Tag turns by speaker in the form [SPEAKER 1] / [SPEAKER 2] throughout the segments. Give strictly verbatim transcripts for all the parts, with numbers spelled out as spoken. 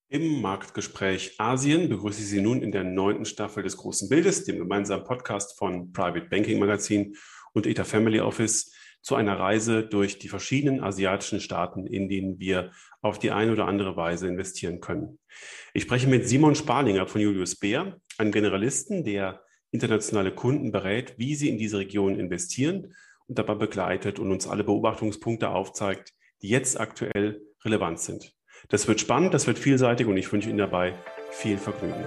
[SPEAKER 1] Im Marktgespräch Asien begrüße ich Sie nun in der neunten Staffel des Großen Bildes, dem gemeinsamen Podcast von Private Banking Magazin und ETA Family Office, zu einer Reise durch die verschiedenen asiatischen Staaten, in denen wir auf die eine oder andere Weise investieren können. Ich spreche mit Simon Sparlinger von Julius Baer, einem Generalisten, der internationale Kunden berät, wie sie in diese Region investieren und dabei begleitet und uns alle Beobachtungspunkte aufzeigt, die jetzt aktuell relevant sind. Das wird spannend, das wird vielseitig und ich wünsche Ihnen dabei viel Vergnügen.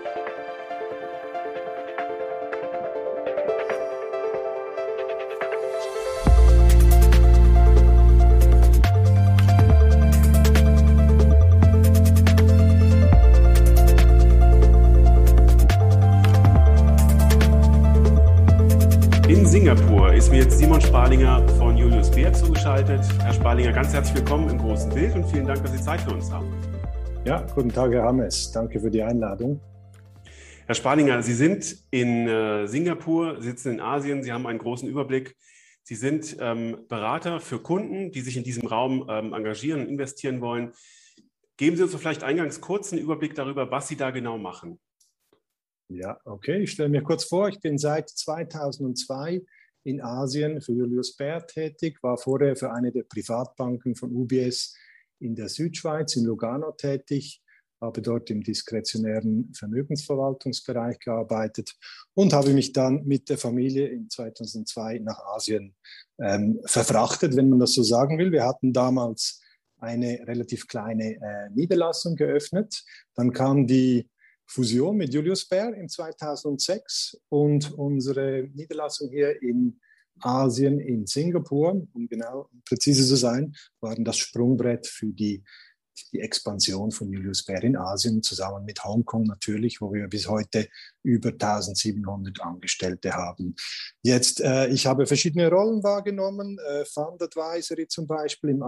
[SPEAKER 1] In Singapur ist mir jetzt Simon Sparlinger von Julius Baer zugeschaltet. Herr Sparlinger, ganz herzlich willkommen im Großen Bild und vielen Dank, dass Sie Zeit für uns haben.
[SPEAKER 2] Ja, guten Tag, Herr Hammes. Danke für die Einladung.
[SPEAKER 1] Herr Sparlinger, Sie sind in äh, Singapur, sitzen in Asien, Sie haben einen großen Überblick. Sie sind ähm, Berater für Kunden, die sich in diesem Raum ähm, engagieren und investieren wollen. Geben Sie uns vielleicht eingangs kurz einen Überblick darüber, was Sie da genau machen.
[SPEAKER 2] Ja, okay. Ich stelle mir kurz vor, ich bin seit zweitausendzwei in Asien für Julius Baer tätig, war vorher für eine der Privatbanken von U B S in der Südschweiz, in Lugano tätig, habe dort im diskretionären Vermögensverwaltungsbereich gearbeitet und habe mich dann mit der Familie in zweitausendzwei nach Asien ähm, verfrachtet, wenn man das so sagen will. Wir hatten damals eine relativ kleine äh, Niederlassung geöffnet. Dann kam die Fusion mit Julius Baer in zweitausendsechs und unsere Niederlassung hier in Asien, in Singapur, um genau präzise zu sein, waren das Sprungbrett für die, die Expansion von Julius Baer in Asien, zusammen mit Hongkong natürlich, wo wir bis heute über eintausendsiebenhundert Angestellte haben. Jetzt, äh, ich habe verschiedene Rollen wahrgenommen, äh, Fund Advisory zum Beispiel im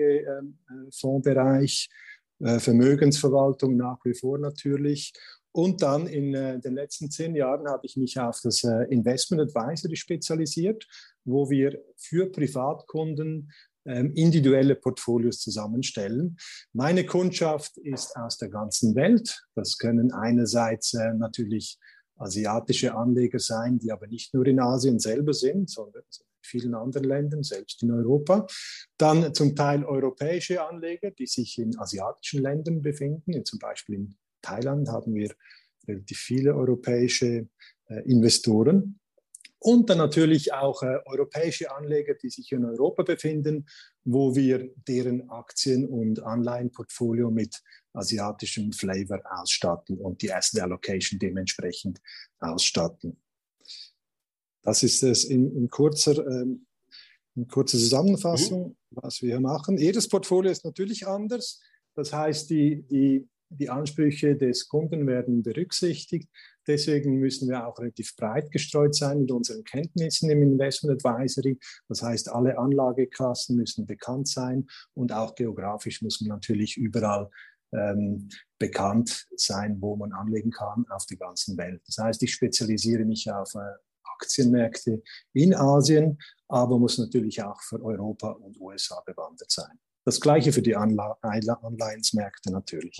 [SPEAKER 2] Anlagefondsbereich, äh, Vermögensverwaltung nach wie vor natürlich. Und dann in äh, den letzten zehn Jahren habe ich mich auf das äh, Investment Advisory spezialisiert, wo wir für Privatkunden ähm, individuelle Portfolios zusammenstellen. Meine Kundschaft ist aus der ganzen Welt. Das können einerseits äh, natürlich asiatische Anleger sein, die aber nicht nur in Asien selber sind, sondern in vielen anderen Ländern, selbst in Europa. Dann zum Teil europäische Anleger, die sich in asiatischen Ländern befinden, zum Beispiel in Thailand haben wir relativ viele europäische äh, Investoren und dann natürlich auch äh, europäische Anleger, die sich in Europa befinden, wo wir deren Aktien- und Anleihenportfolio mit asiatischem Flavor ausstatten und die Asset Allocation dementsprechend ausstatten. Das ist es in, in, kurzer, ähm, in kurzer Zusammenfassung, mhm. was wir hier machen. Jedes Portfolio ist natürlich anders. Das heißt, die, die Die Ansprüche des Kunden werden berücksichtigt. Deswegen müssen wir auch relativ breit gestreut sein mit unseren Kenntnissen im Investment Advisory. Das heißt, alle Anlageklassen müssen bekannt sein und auch geografisch muss man natürlich überall ähm, bekannt sein, wo man anlegen kann auf der ganzen Welt. Das heißt, ich spezialisiere mich auf äh, Aktienmärkte in Asien, aber muss natürlich auch für Europa und U S A bewandert sein. Das Gleiche für die Anla- Anleihensmärkte natürlich.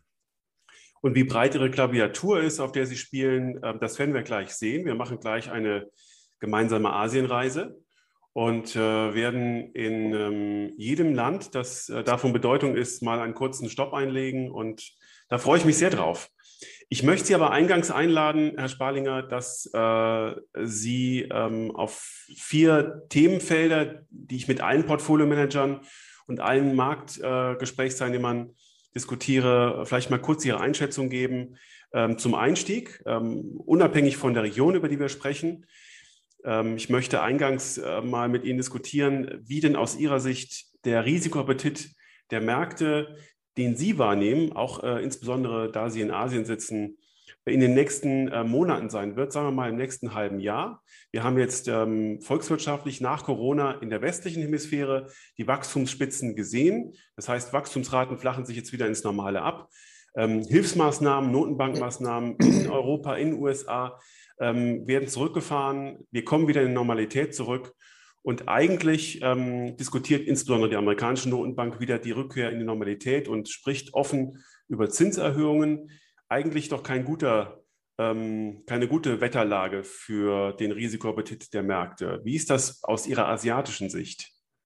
[SPEAKER 1] Und wie breit Ihre Klaviatur ist, auf der Sie spielen, das werden wir gleich sehen. Wir machen gleich eine gemeinsame Asienreise und werden in jedem Land, das davon Bedeutung ist, mal einen kurzen Stopp einlegen. Und da freue ich mich sehr drauf. Ich möchte Sie aber eingangs einladen, Herr Sparlinger, dass äh, Sie ähm, auf vier Themenfelder, die ich mit allen Portfolio-Managern und allen Marktgesprächsteilnehmern äh, diskutiere, vielleicht mal kurz Ihre Einschätzung geben ähm, zum Einstieg, ähm, unabhängig von der Region, über die wir sprechen. Ähm, ich möchte eingangs äh, mal mit Ihnen diskutieren, wie denn aus Ihrer Sicht der Risikoappetit der Märkte, den Sie wahrnehmen, auch äh, insbesondere da Sie in Asien sitzen, in den nächsten äh, Monaten sein wird, sagen wir mal im nächsten halben Jahr. Wir haben jetzt ähm, volkswirtschaftlich nach Corona in der westlichen Hemisphäre die Wachstumsspitzen gesehen. Das heißt, Wachstumsraten flachen sich jetzt wieder ins Normale ab. Ähm, Hilfsmaßnahmen, Notenbankmaßnahmen in Europa, in den U S A ähm, werden zurückgefahren. Wir kommen wieder in Normalität zurück. Und eigentlich ähm, diskutiert insbesondere die amerikanische Notenbank wieder die Rückkehr in die Normalität und spricht offen über Zinserhöhungen. Eigentlich doch kein guter, ähm, keine gute Wetterlage für den Risikoappetit der Märkte. Wie ist das aus Ihrer asiatischen Sicht?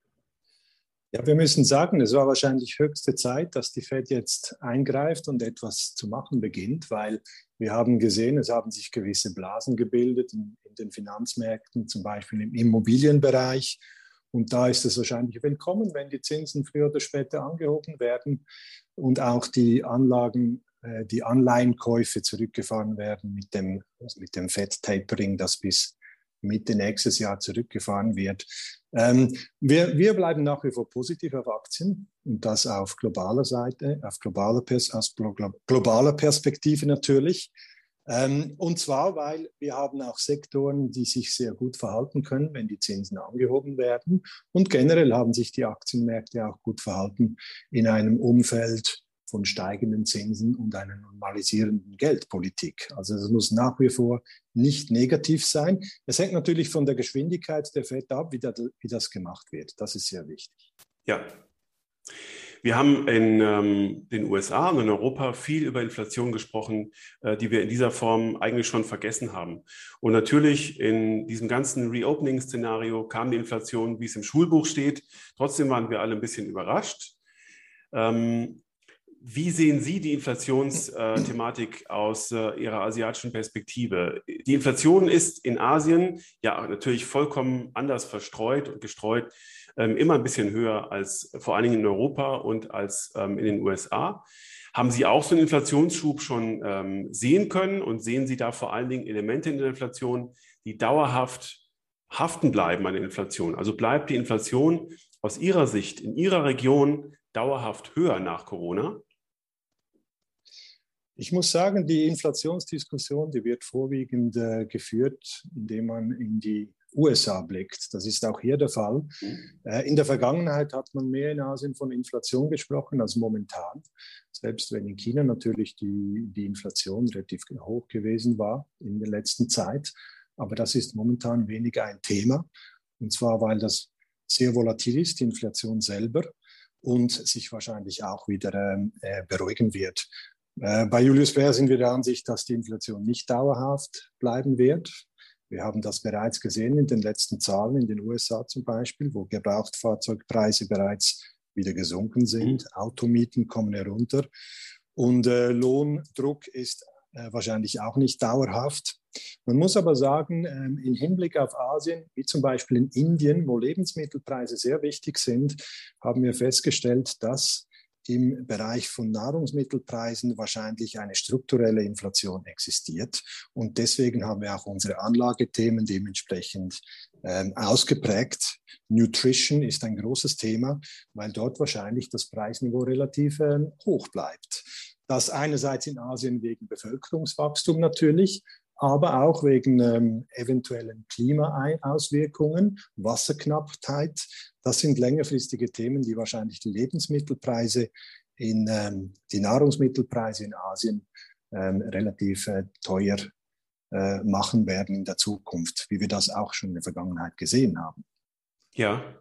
[SPEAKER 2] Ja, wir müssen sagen, es war wahrscheinlich höchste Zeit, dass die Fed jetzt eingreift und etwas zu machen beginnt, weil wir haben gesehen, es haben sich gewisse Blasen gebildet in, in den Finanzmärkten, zum Beispiel im Immobilienbereich. Und da ist es wahrscheinlich willkommen, wenn die Zinsen früher oder später angehoben werden und auch die Anlagen, äh, die Anleihenkäufe zurückgefahren werden mit dem, mit dem Fed-Tapering, das bis Mitte nächstes Jahr zurückgefahren wird. Ähm, wir, wir bleiben nach wie vor positiv auf Aktien und das auf globaler Seite, auf globaler, Pers aus globaler Perspektive natürlich. Ähm, und zwar, weil wir haben auch Sektoren, die sich sehr gut verhalten können, wenn die Zinsen angehoben werden. Und generell haben sich die Aktienmärkte auch gut verhalten in einem Umfeld von steigenden Zinsen und einer normalisierenden Geldpolitik. Also es muss nach wie vor nicht negativ sein. Es hängt natürlich von der Geschwindigkeit der Fed ab, wie, da, wie das gemacht wird. Das ist sehr wichtig.
[SPEAKER 1] Ja. Wir haben in ähm, den U S A und in Europa viel über Inflation gesprochen, äh, die wir in dieser Form eigentlich schon vergessen haben. Und natürlich in diesem ganzen Reopening-Szenario kam die Inflation, wie es im Schulbuch steht. Trotzdem waren wir alle ein bisschen überrascht. Ähm, Wie sehen Sie die Inflationsthematik aus äh, Ihrer asiatischen Perspektive? Die Inflation ist in Asien ja natürlich vollkommen anders verstreut und gestreut, ähm, immer ein bisschen höher als vor allen Dingen in Europa und als ähm, in den U S A. Haben Sie auch so einen Inflationsschub schon ähm, sehen können und sehen Sie da vor allen Dingen Elemente in der Inflation, die dauerhaft haften bleiben an der Inflation? Also bleibt die Inflation aus Ihrer Sicht in Ihrer Region dauerhaft höher nach Corona?
[SPEAKER 2] Ich muss sagen, die Inflationsdiskussion, die wird vorwiegend äh, geführt, indem man in die U S A blickt. Das ist auch hier der Fall. Äh, in der Vergangenheit hat man mehr in Asien von Inflation gesprochen als momentan. Selbst wenn in China natürlich die, die Inflation relativ hoch gewesen war in der letzten Zeit. Aber das ist momentan weniger ein Thema. Und zwar, weil das sehr volatil ist, die Inflation selber, und sich wahrscheinlich auch wieder äh, beruhigen wird. Bei Julius Baer sind wir der Ansicht, dass die Inflation nicht dauerhaft bleiben wird. Wir haben das bereits gesehen in den letzten Zahlen in den U S A zum Beispiel, wo Gebrauchtfahrzeugpreise bereits wieder gesunken sind. Automieten kommen herunter und äh, Lohndruck ist äh, wahrscheinlich auch nicht dauerhaft. Man muss aber sagen, ähm, im Hinblick auf Asien, wie zum Beispiel in Indien, wo Lebensmittelpreise sehr wichtig sind, haben wir festgestellt, dass im Bereich von Nahrungsmittelpreisen wahrscheinlich eine strukturelle Inflation existiert. Und deswegen haben wir auch unsere Anlagethemen dementsprechend ähm, ausgeprägt. Nutrition ist ein großes Thema, weil dort wahrscheinlich das Preisniveau relativ ähm, hoch bleibt. Das einerseits in Asien wegen Bevölkerungswachstum natürlich, aber auch wegen ähm, eventuellen Klimaauswirkungen, Wasserknappheit. Das sind längerfristige Themen, die wahrscheinlich die Lebensmittelpreise, in, ähm, die Nahrungsmittelpreise in Asien ähm, relativ äh, teuer äh, machen werden in der Zukunft, wie wir das auch schon in der Vergangenheit gesehen haben.
[SPEAKER 1] Ja.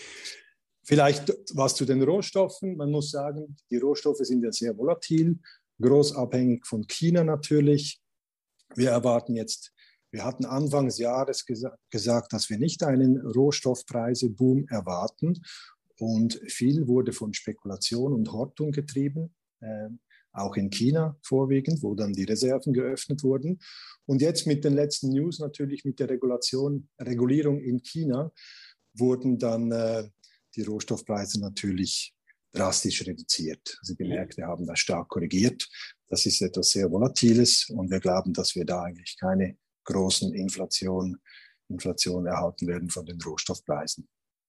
[SPEAKER 2] Vielleicht was zu den Rohstoffen. Man muss sagen, die Rohstoffe sind ja sehr volatil, groß abhängig von China natürlich. Wir erwarten jetzt, wir hatten Anfang des Jahres gesa- gesagt, dass wir nicht einen Rohstoffpreiseboom erwarten. Und viel wurde von Spekulation und Hortung getrieben, äh, auch in China vorwiegend, wo dann die Reserven geöffnet wurden. Und jetzt mit den letzten News natürlich mit der Regulation, Regulierung in China wurden dann äh, die Rohstoffpreise natürlich drastisch reduziert. Also die Märkte haben das stark korrigiert. Das ist etwas sehr Volatiles und wir glauben, dass wir da eigentlich keine großen Inflation, Inflation erhalten werden von den Rohstoffpreisen.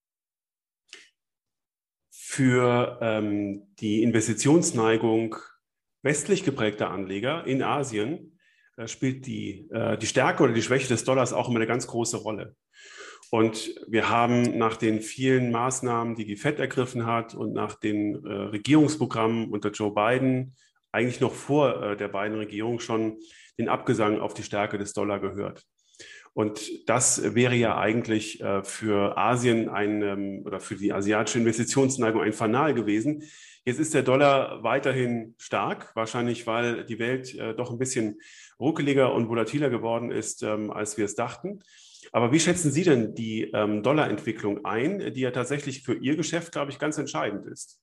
[SPEAKER 1] Für ähm, die Investitionsneigung westlich geprägter Anleger in Asien äh, spielt die, äh, die Stärke oder die Schwäche des Dollars auch immer eine ganz große Rolle. Und wir haben nach den vielen Maßnahmen, die die Fed ergriffen hat und nach den äh, Regierungsprogrammen unter Joe Biden, eigentlich noch vor äh, der Biden-Regierung schon den Abgesang auf die Stärke des Dollar gehört. Und das wäre ja eigentlich äh, für Asien ein, ähm, oder für die asiatische Investitionsneigung ein Fanal gewesen. Jetzt ist der Dollar weiterhin stark, wahrscheinlich weil die Welt äh, doch ein bisschen ruckeliger und volatiler geworden ist, ähm, als wir es dachten. Aber wie schätzen Sie denn die ähm, Dollarentwicklung ein, die ja tatsächlich für Ihr Geschäft, glaube ich, ganz entscheidend ist?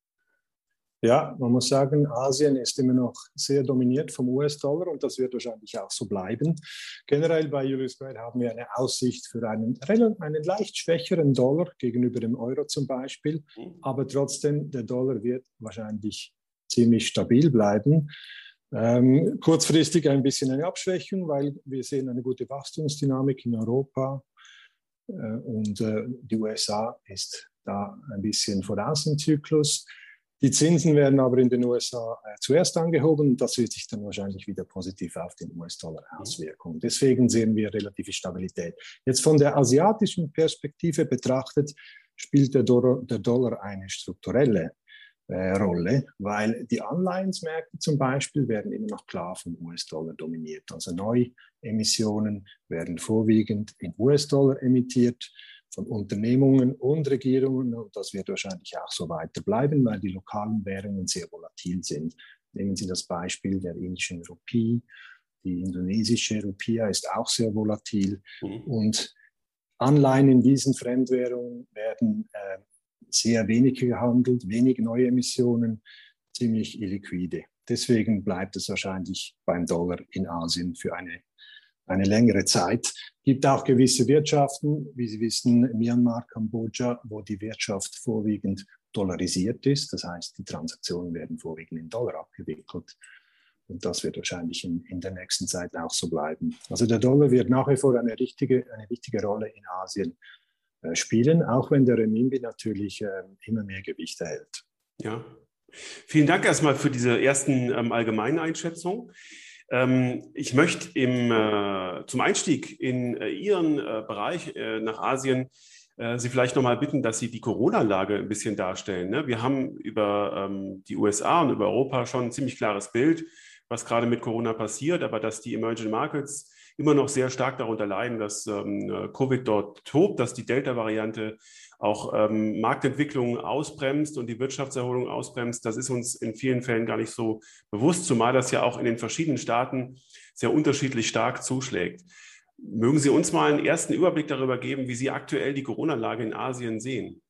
[SPEAKER 2] Ja, man muss sagen, Asien ist immer noch sehr dominiert vom U S-Dollar und das wird wahrscheinlich auch so bleiben. Generell bei Julius Baer haben wir eine Aussicht für einen, einen leicht schwächeren Dollar gegenüber dem Euro zum Beispiel, aber trotzdem, der Dollar wird wahrscheinlich ziemlich stabil bleiben. Ähm, kurzfristig ein bisschen eine Abschwächung, weil wir sehen eine gute Wachstumsdynamik in Europa äh, und äh, die U S A ist da ein bisschen voraus im Zyklus. Die Zinsen werden aber in den U S A äh, zuerst angehoben und das wird sich dann wahrscheinlich wieder positiv auf den U S-Dollar auswirken. Deswegen sehen wir relative Stabilität. Jetzt von der asiatischen Perspektive betrachtet, spielt der Dollar, der Dollar eine strukturelle äh, Rolle, weil die Anleihensmärkte zum Beispiel werden immer noch klar vom U S-Dollar dominiert. Also Neuemissionen werden vorwiegend in U S-Dollar emittiert von Unternehmungen und Regierungen und das wird wahrscheinlich auch so weiter bleiben, weil die lokalen Währungen sehr volatil sind. Nehmen Sie das Beispiel der indischen Rupie. Die indonesische Rupia ist auch sehr volatil mhm. und Anleihen in diesen Fremdwährungen werden äh, sehr wenig gehandelt, wenig neue Emissionen, ziemlich illiquide. Deswegen bleibt es wahrscheinlich beim Dollar in Asien für eine eine längere Zeit. Es gibt auch gewisse Wirtschaften, wie Sie wissen, Myanmar, Kambodscha, wo die Wirtschaft vorwiegend dollarisiert ist. Das heißt, die Transaktionen werden vorwiegend in Dollar abgewickelt. Und das wird wahrscheinlich in, in der nächsten Zeit auch so bleiben. Also der Dollar wird nach wie vor eine, richtige, eine wichtige Rolle in Asien äh, spielen, auch wenn der Renminbi natürlich äh, immer mehr Gewicht erhält.
[SPEAKER 1] Ja, vielen Dank erstmal für diese ersten ähm, allgemeinen Einschätzungen. Ich möchte im, äh, zum Einstieg in äh, Ihren äh, Bereich äh, nach Asien äh, Sie vielleicht nochmal bitten, dass Sie die Corona-Lage ein bisschen darstellen. Ne? Wir haben über ähm, die U S A und über Europa schon ein ziemlich klares Bild, was gerade mit Corona passiert, aber dass die Emerging Markets immer noch sehr stark darunter leiden, dass ähm, Covid dort tobt, dass die Delta-Variante auch ähm, Marktentwicklungen ausbremst und die Wirtschaftserholung ausbremst. Das ist uns in vielen Fällen gar nicht so bewusst, zumal das ja auch in den verschiedenen Staaten sehr unterschiedlich stark zuschlägt. Mögen Sie uns mal einen ersten Überblick darüber geben, wie Sie aktuell die Corona-Lage in Asien sehen?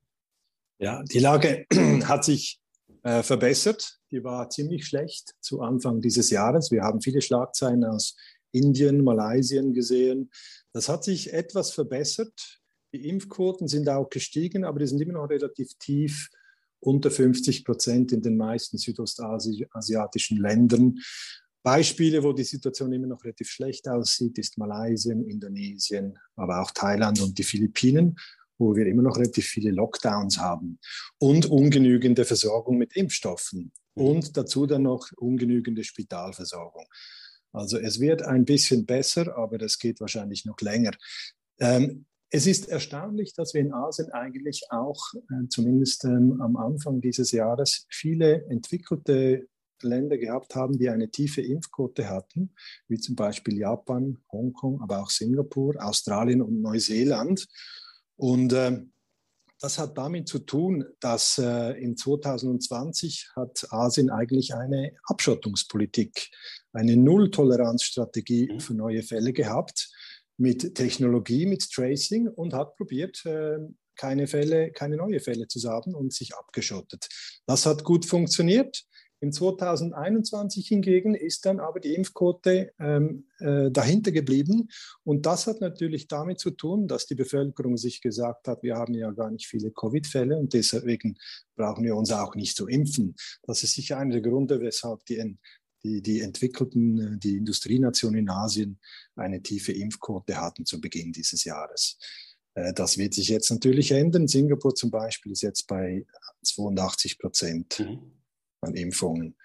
[SPEAKER 2] Ja, die Lage hat sich äh, verbessert. Die war ziemlich schlecht zu Anfang dieses Jahres. Wir haben viele Schlagzeilen aus Indien, Malaysia gesehen. Das hat sich etwas verbessert. Die Impfquoten sind auch gestiegen, aber die sind immer noch relativ tief, unter fünfzig Prozent in den meisten südostasiatischen Ländern. Beispiele, wo die Situation immer noch relativ schlecht aussieht, ist Malaysia, Indonesien, aber auch Thailand und die Philippinen, wo wir immer noch relativ viele Lockdowns haben und ungenügende Versorgung mit Impfstoffen und dazu dann noch ungenügende Spitalversorgung. Also es wird ein bisschen besser, aber das geht wahrscheinlich noch länger. Ähm, es ist erstaunlich, dass wir in Asien eigentlich auch, äh, zumindest ähm, am Anfang dieses Jahres, viele entwickelte Länder gehabt haben, die eine tiefe Impfquote hatten, wie zum Beispiel Japan, Hongkong, aber auch Singapur, Australien und Neuseeland. Und äh, das hat damit zu tun, dass äh, in zwanzig zwanzig hat Asien eigentlich eine Abschottungspolitik, eine Null-Toleranz-Strategie für neue Fälle gehabt, mit Technologie, mit Tracing und hat probiert, äh, keine Fälle, keine neuen Fälle zu haben und sich abgeschottet. Das hat gut funktioniert. Im zwanzig einundzwanzig hingegen ist dann aber die Impfquote ähm, äh, dahinter geblieben. Und das hat natürlich damit zu tun, dass die Bevölkerung sich gesagt hat, wir haben ja gar nicht viele Covid-Fälle und deswegen brauchen wir uns auch nicht zu impfen. Das ist sicher einer der Gründe, weshalb die, die, die entwickelten, die Industrienationen in Asien eine tiefe Impfquote hatten zu Beginn dieses Jahres. Äh, das wird sich jetzt natürlich ändern. Singapur zum Beispiel ist jetzt bei zweiundachtzig Prozent. Mhm. An Impfungen.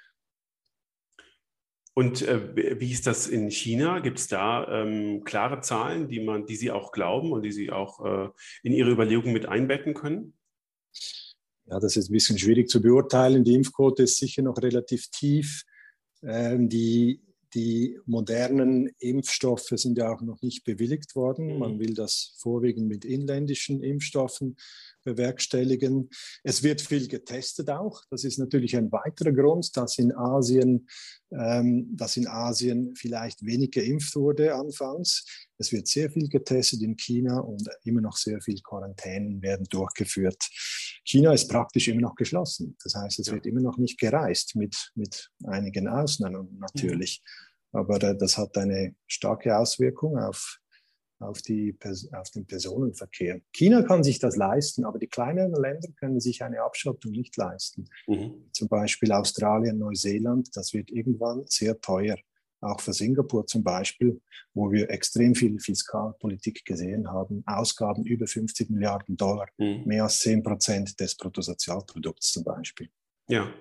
[SPEAKER 1] Und äh, wie ist das in China? Gibt es da ähm, klare Zahlen, die, man, die Sie auch glauben und die Sie auch äh, in Ihre Überlegungen mit einbetten können?
[SPEAKER 2] Ja, das ist ein bisschen schwierig zu beurteilen. Die Impfquote ist sicher noch relativ tief. Ähm, die, Die modernen Impfstoffe sind ja auch noch nicht bewilligt worden. Man will das vorwiegend mit inländischen Impfstoffen bewerkstelligen. Es wird viel getestet auch. Das ist natürlich ein weiterer Grund, dass in Asien, ähm, dass in Asien vielleicht wenig geimpft wurde anfangs. Es wird sehr viel getestet in China und immer noch sehr viele Quarantänen werden durchgeführt. China ist praktisch immer noch geschlossen. Das heißt, es ja. wird immer noch nicht gereist, mit, mit einigen Ausnahmen natürlich. Mhm. Aber das hat eine starke Auswirkung auf, auf, die, auf den Personenverkehr. China kann sich das leisten, aber die kleineren Länder können sich eine Abschottung nicht leisten. Mhm. Zum Beispiel Australien, Neuseeland, das wird irgendwann sehr teuer. Auch für Singapur zum Beispiel, wo wir extrem viel Fiskalpolitik gesehen haben, Ausgaben über fünfzig Milliarden Dollar, mhm. mehr als zehn Prozent des Bruttosozialprodukts zum Beispiel.
[SPEAKER 1] Ja.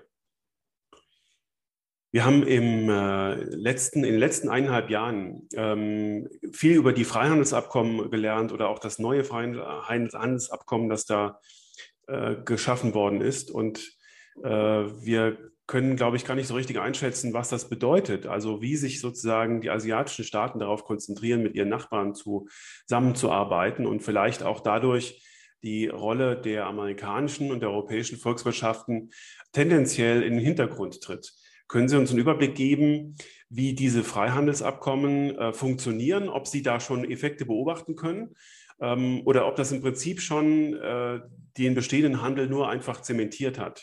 [SPEAKER 1] Wir haben im, äh, letzten, in den letzten eineinhalb Jahren ähm, viel über die Freihandelsabkommen gelernt oder auch das neue Freihandelsabkommen, das da äh, geschaffen worden ist. Und äh, wir können, glaube ich, gar nicht so richtig einschätzen, was das bedeutet. Also wie sich sozusagen die asiatischen Staaten darauf konzentrieren, mit ihren Nachbarn zusammenzuarbeiten und vielleicht auch dadurch die Rolle der amerikanischen und der europäischen Volkswirtschaften tendenziell in den Hintergrund tritt. Können Sie uns einen Überblick geben, wie diese Freihandelsabkommen äh, funktionieren, ob Sie da schon Effekte beobachten können ähm, oder ob das im Prinzip schon äh, den bestehenden Handel nur einfach zementiert hat?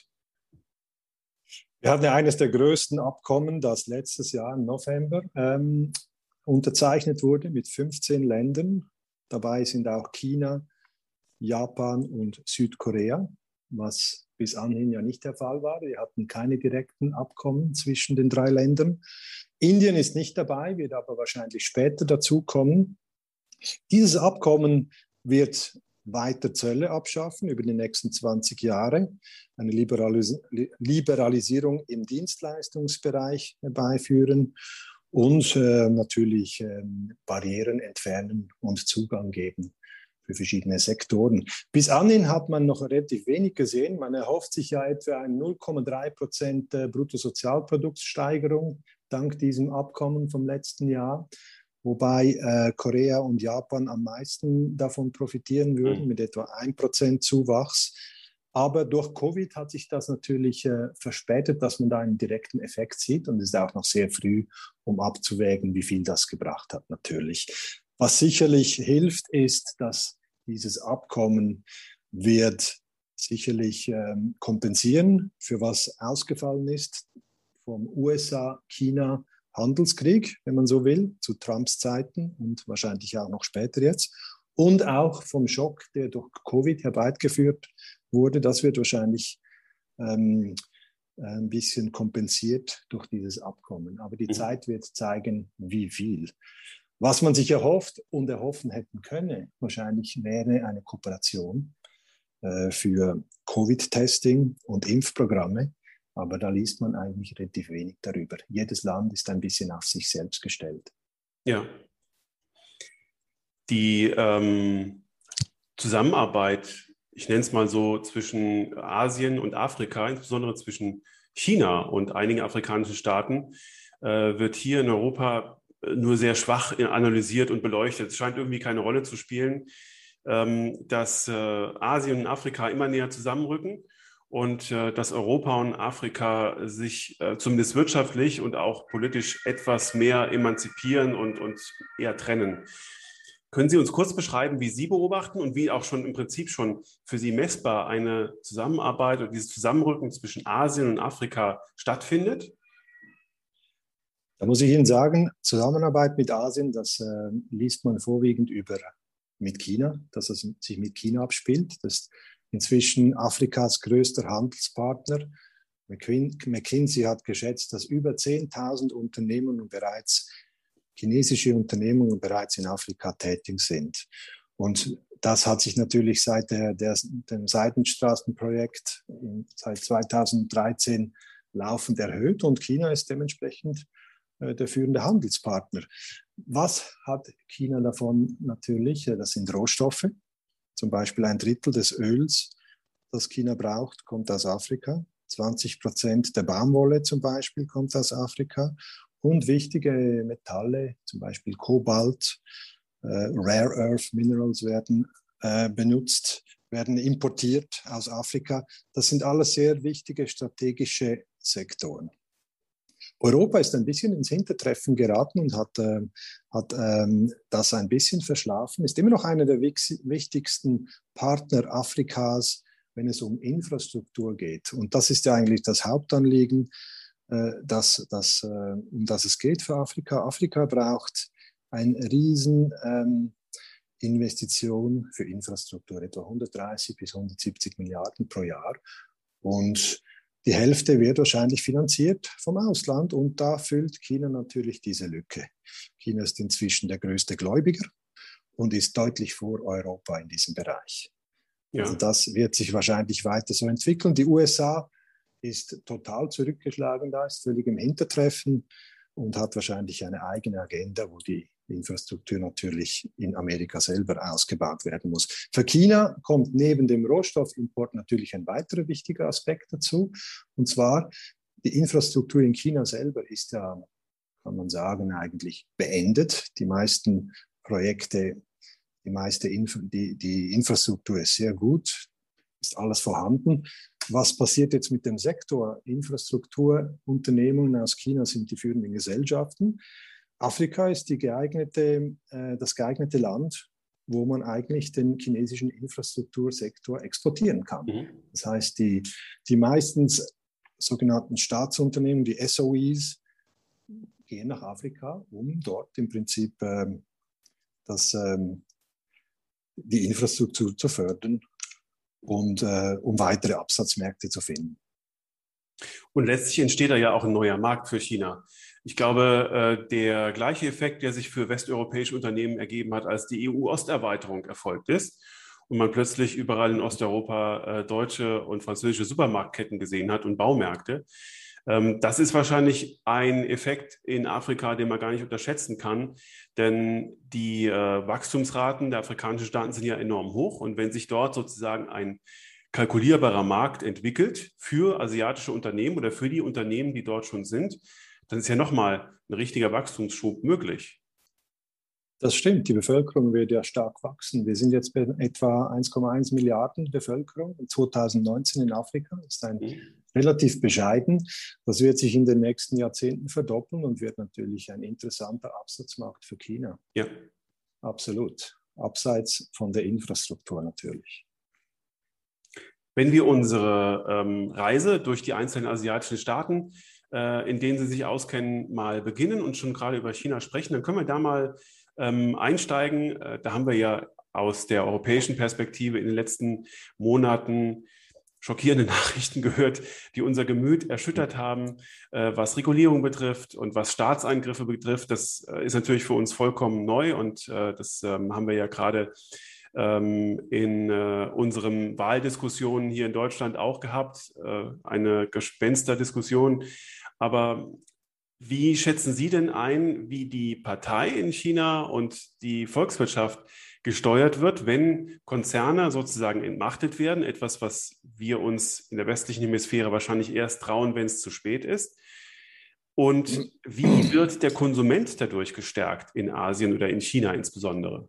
[SPEAKER 2] Wir hatten ja eines der größten Abkommen, das letztes Jahr im November ähm, unterzeichnet wurde mit fünfzehn Ländern. Dabei sind auch China, Japan und Südkorea, was bis anhin ja nicht der Fall war. Wir hatten keine direkten Abkommen zwischen den drei Ländern. Indien ist nicht dabei, wird aber wahrscheinlich später dazukommen. Dieses Abkommen wird weiter Zölle abschaffen über die nächsten zwanzig Jahre, eine Liberalis- Liberalisierung im Dienstleistungsbereich herbeiführen und äh, natürlich äh, Barrieren entfernen und Zugang geben für verschiedene Sektoren. Bis anhin hat man noch relativ wenig gesehen. Man erhofft sich ja etwa eine null Komma drei Prozent Bruttosozialproduktssteigerung dank diesem Abkommen vom letzten Jahr, wobei äh, Korea und Japan am meisten davon profitieren würden, mhm. mit etwa ein Prozent Zuwachs. Aber durch Covid hat sich das natürlich äh, verspätet, dass man da einen direkten Effekt sieht. Und es ist auch noch sehr früh, um abzuwägen, wie viel das gebracht hat natürlich. Was sicherlich hilft, ist, dass dieses Abkommen wird sicherlich ähm, kompensieren, für was ausgefallen ist vom U S A-China-Handelskrieg, wenn man so will, zu Trumps Zeiten und wahrscheinlich auch noch später jetzt. Und auch vom Schock, der durch Covid herbeigeführt wurde. Das wird wahrscheinlich ähm, ein bisschen kompensiert durch dieses Abkommen. Aber die mhm. Zeit wird zeigen, wie viel. Was man sich erhofft und erhoffen hätten könne, wahrscheinlich wäre eine Kooperation äh, für Covid-Testing und Impfprogramme. Aber da liest man eigentlich relativ wenig darüber. Jedes Land ist ein bisschen auf sich selbst gestellt.
[SPEAKER 1] Ja. Die ähm, Zusammenarbeit, ich nenne es mal so, zwischen Asien und Afrika, insbesondere zwischen China und einigen afrikanischen Staaten, äh, wird hier in Europa nur sehr schwach analysiert und beleuchtet. Es scheint irgendwie keine Rolle zu spielen, ähm, dass äh, Asien und Afrika immer näher zusammenrücken und äh, dass Europa und Afrika sich äh, zumindest wirtschaftlich und auch politisch etwas mehr emanzipieren und, und eher trennen. Können Sie uns kurz beschreiben, wie Sie beobachten und wie auch schon im Prinzip schon für Sie messbar eine Zusammenarbeit oder dieses Zusammenrücken zwischen Asien und Afrika stattfindet?
[SPEAKER 2] Da muss ich Ihnen sagen, Zusammenarbeit mit Asien, das äh, liest man vorwiegend über mit China, dass es sich mit China abspielt. Das ist inzwischen Afrikas größter Handelspartner. McKinsey hat geschätzt, dass über zehntausend Unternehmen bereits, chinesische Unternehmen bereits in Afrika tätig sind. Und das hat sich natürlich seit der, der, dem Seidenstraßenprojekt seit zweitausenddreizehn laufend erhöht und China ist dementsprechend der führende Handelspartner. Was hat China davon natürlich? Das sind Rohstoffe. Zum Beispiel ein Drittel des Öls, das China braucht, kommt aus Afrika. zwanzig Prozent der Baumwolle zum Beispiel kommt aus Afrika. und wichtige Metalle, zum Beispiel Kobalt, äh, Rare Earth Minerals werden äh, benutzt, werden importiert aus Afrika. Das sind alles sehr wichtige strategische Sektoren. Europa ist ein bisschen ins Hintertreffen geraten und hat, äh, hat ähm, das ein bisschen verschlafen, ist immer noch einer der wichtigsten Partner Afrikas, wenn es um Infrastruktur geht. Und das ist ja eigentlich das Hauptanliegen, äh, das, das, äh, um das es geht für Afrika. Afrika braucht eine riesen ähm, Investition für Infrastruktur, etwa hundertdreißig bis hundertsiebzig Milliarden pro Jahr. Und die Hälfte wird wahrscheinlich finanziert vom Ausland und da füllt China natürlich diese Lücke. China ist inzwischen der größte Gläubiger und ist deutlich vor Europa in diesem Bereich. Ja. Also das wird sich wahrscheinlich weiter so entwickeln. Die U S A ist total zurückgeschlagen da, ist völlig im Hintertreffen und hat wahrscheinlich eine eigene Agenda, wo die Infrastruktur natürlich in Amerika selber ausgebaut werden muss. Für China kommt neben dem Rohstoffimport natürlich ein weiterer wichtiger Aspekt dazu. Und zwar, die Infrastruktur in China selber ist ja, kann man sagen, eigentlich beendet. Die meisten Projekte, die meiste Inf- die, die Infrastruktur ist sehr gut, ist alles vorhanden. Was passiert jetzt mit dem Sektor? Infrastrukturunternehmungen aus China sind die führenden Gesellschaften. Afrika ist die geeignete, äh, das geeignete Land, wo man eigentlich den chinesischen Infrastruktursektor exportieren kann. Mhm. Das heißt, die, die meistens sogenannten Staatsunternehmen, die S O Es, gehen nach Afrika, um dort im Prinzip ähm, das, ähm, die Infrastruktur zu fördern und äh, um weitere Absatzmärkte zu finden.
[SPEAKER 1] Und letztlich entsteht da ja auch ein neuer Markt für China. Ich glaube, der gleiche Effekt, der sich für westeuropäische Unternehmen ergeben hat, als die E U-Osterweiterung erfolgt ist und man plötzlich überall in Osteuropa deutsche und französische Supermarktketten gesehen hat und Baumärkte. Das ist wahrscheinlich ein Effekt in Afrika, den man gar nicht unterschätzen kann, denn die Wachstumsraten der afrikanischen Staaten sind ja enorm hoch und wenn sich dort sozusagen ein kalkulierbarer Markt entwickelt für asiatische Unternehmen oder für die Unternehmen, die dort schon sind, dann ist ja nochmal ein richtiger Wachstumsschub möglich.
[SPEAKER 2] Das stimmt, die Bevölkerung wird ja stark wachsen. Wir sind jetzt bei etwa eins Komma eins Milliarden Bevölkerung in zweitausendneunzehn in Afrika. Das ist ein mhm. relativ bescheiden. Das wird sich in den nächsten Jahrzehnten verdoppeln und wird natürlich ein interessanter Absatzmarkt für China.
[SPEAKER 1] Ja.
[SPEAKER 2] Absolut. Abseits von der Infrastruktur natürlich.
[SPEAKER 1] Wenn wir unsere ähm, Reise durch die einzelnen asiatischen Staaten, äh, in denen Sie sich auskennen, mal beginnen und schon gerade über China sprechen, dann können wir da mal ähm, einsteigen. Äh, da haben wir ja aus der europäischen Perspektive in den letzten Monaten schockierende Nachrichten gehört, die unser Gemüt erschüttert haben, äh, was Regulierung betrifft und was Staatseingriffe betrifft. Das äh, ist natürlich für uns vollkommen neu und äh, das ähm, haben wir ja gerade in äh, unseren Wahldiskussionen hier in Deutschland auch gehabt, äh, eine Gespensterdiskussion. Aber wie schätzen Sie denn ein, wie die Partei in China und die Volkswirtschaft gesteuert wird, wenn Konzerne sozusagen entmachtet werden? Etwas, was wir uns in der westlichen Hemisphäre wahrscheinlich erst trauen, wenn es zu spät ist. Und wie wird der Konsument dadurch gestärkt in Asien oder in China insbesondere?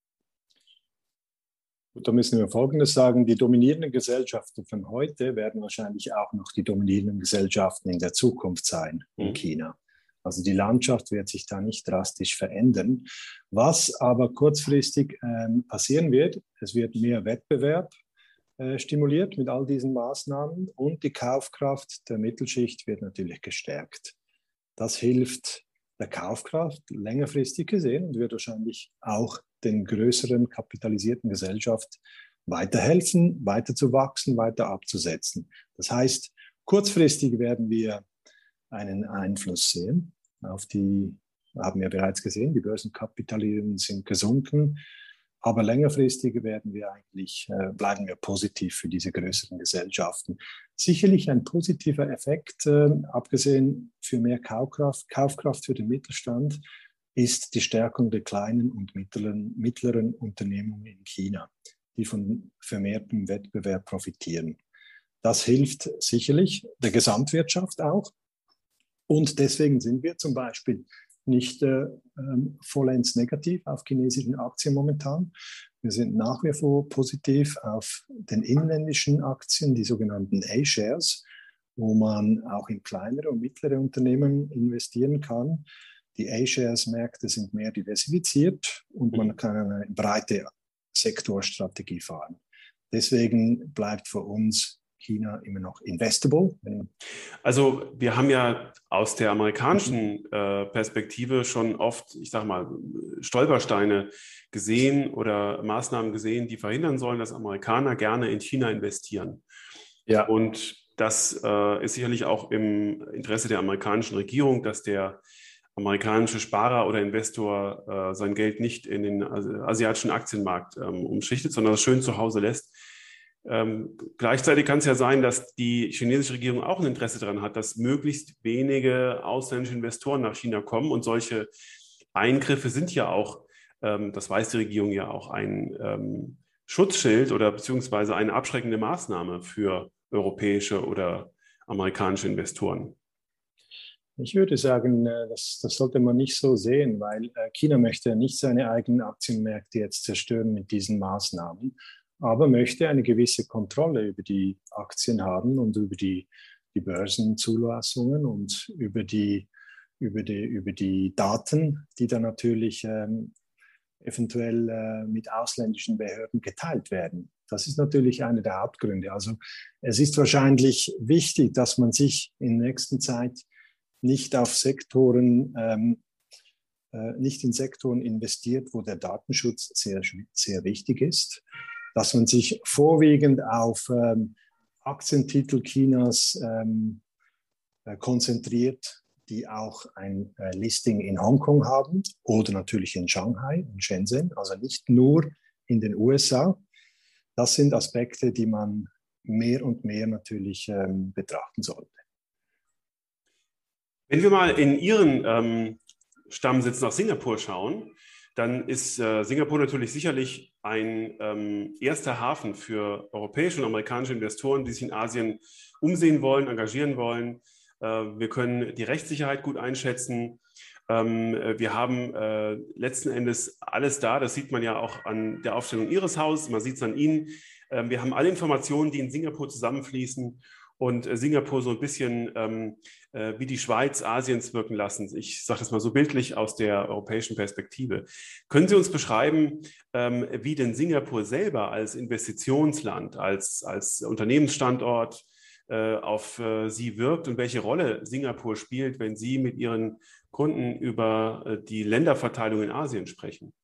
[SPEAKER 2] Da müssen wir Folgendes sagen, die dominierenden Gesellschaften von heute werden wahrscheinlich auch noch die dominierenden Gesellschaften in der Zukunft sein in mhm. China. Also die Landschaft wird sich da nicht drastisch verändern. Was aber kurzfristig ähm, passieren wird, es wird mehr Wettbewerb äh, stimuliert mit all diesen Maßnahmen und die Kaufkraft der Mittelschicht wird natürlich gestärkt. Das hilft der Kaufkraft längerfristig gesehen und wird wahrscheinlich auch den größeren kapitalisierten Gesellschaft weiterhelfen, weiter zu wachsen, weiter abzusetzen. Das heißt, kurzfristig werden wir einen Einfluss sehen auf die, haben wir bereits gesehen, die Börsenkapitalisierungen sind gesunken, aber längerfristig werden wir eigentlich, äh, bleiben wir positiv für diese größeren Gesellschaften. Sicherlich ein positiver Effekt, äh, abgesehen für mehr Kaufkraft, Kaufkraft für den Mittelstand, ist die Stärkung der kleinen und mittleren, mittleren Unternehmungen in China, die von vermehrtem Wettbewerb profitieren. Das hilft sicherlich der Gesamtwirtschaft auch. Und deswegen sind wir zum Beispiel nicht äh, ähm, vollends negativ auf chinesischen Aktien momentan. Wir sind nach wie vor positiv auf den inländischen Aktien, die sogenannten A-Shares, wo man auch in kleinere und mittlere Unternehmen investieren kann. Die A-Shares-Märkte sind mehr diversifiziert und man kann eine breite Sektorstrategie fahren. Deswegen bleibt für uns China immer noch investable.
[SPEAKER 1] Also wir haben ja aus der amerikanischen äh, Perspektive schon oft, ich sage mal, Stolpersteine gesehen oder Maßnahmen gesehen, die verhindern sollen, dass Amerikaner gerne in China investieren. Ja. Und das äh, ist sicherlich auch im Interesse der amerikanischen Regierung, dass der amerikanische Sparer oder Investor äh, sein Geld nicht in den asiatischen Aktienmarkt ähm, umschichtet, sondern es schön zu Hause lässt. Ähm, gleichzeitig kann es ja sein, dass die chinesische Regierung auch ein Interesse daran hat, dass möglichst wenige ausländische Investoren nach China kommen. Und solche Eingriffe sind ja auch, ähm, das weiß die Regierung ja auch, ein ähm, Schutzschild oder beziehungsweise eine abschreckende Maßnahme für europäische oder amerikanische Investoren.
[SPEAKER 2] Ich würde sagen, das, das sollte man nicht so sehen, weil China möchte nicht seine eigenen Aktienmärkte jetzt zerstören mit diesen Maßnahmen, aber möchte eine gewisse Kontrolle über die Aktien haben und über die, die Börsenzulassungen und über die, über, die, über die Daten, die dann natürlich ähm, eventuell äh, mit ausländischen Behörden geteilt werden. Das ist natürlich einer der Hauptgründe. Also es ist wahrscheinlich wichtig, dass man sich in der nächsten Zeit nicht auf Sektoren, ähm, äh, nicht in Sektoren investiert, wo der Datenschutz sehr, sehr wichtig ist, dass man sich vorwiegend auf ähm, Aktientitel Chinas ähm, äh, konzentriert, die auch ein äh, Listing in Hongkong haben oder natürlich in Shanghai, in Shenzhen, also nicht nur in den U S A. Das sind Aspekte, die man mehr und mehr natürlich ähm, betrachten sollte.
[SPEAKER 1] Wenn wir mal in Ihren ähm, Stammsitz nach Singapur schauen, dann ist äh, Singapur natürlich sicherlich ein ähm, erster Hafen für europäische und amerikanische Investoren, die sich in Asien umsehen wollen, engagieren wollen. Äh, wir können die Rechtssicherheit gut einschätzen. Ähm, wir haben äh, letzten Endes alles da. Das sieht man ja auch an der Aufstellung Ihres Hauses. Man sieht es an Ihnen. Äh, wir haben alle Informationen, die in Singapur zusammenfließen und äh, Singapur so ein bisschen ähm, äh, wie die Schweiz Asiens wirken lassen. Ich sage das mal so bildlich aus der europäischen Perspektive. Können Sie uns beschreiben, ähm, wie denn Singapur selber als Investitionsland, als, als Unternehmensstandort äh, auf äh, Sie wirkt und welche Rolle Singapur spielt, wenn Sie mit Ihren Kunden über äh, die Länderverteilung in Asien sprechen?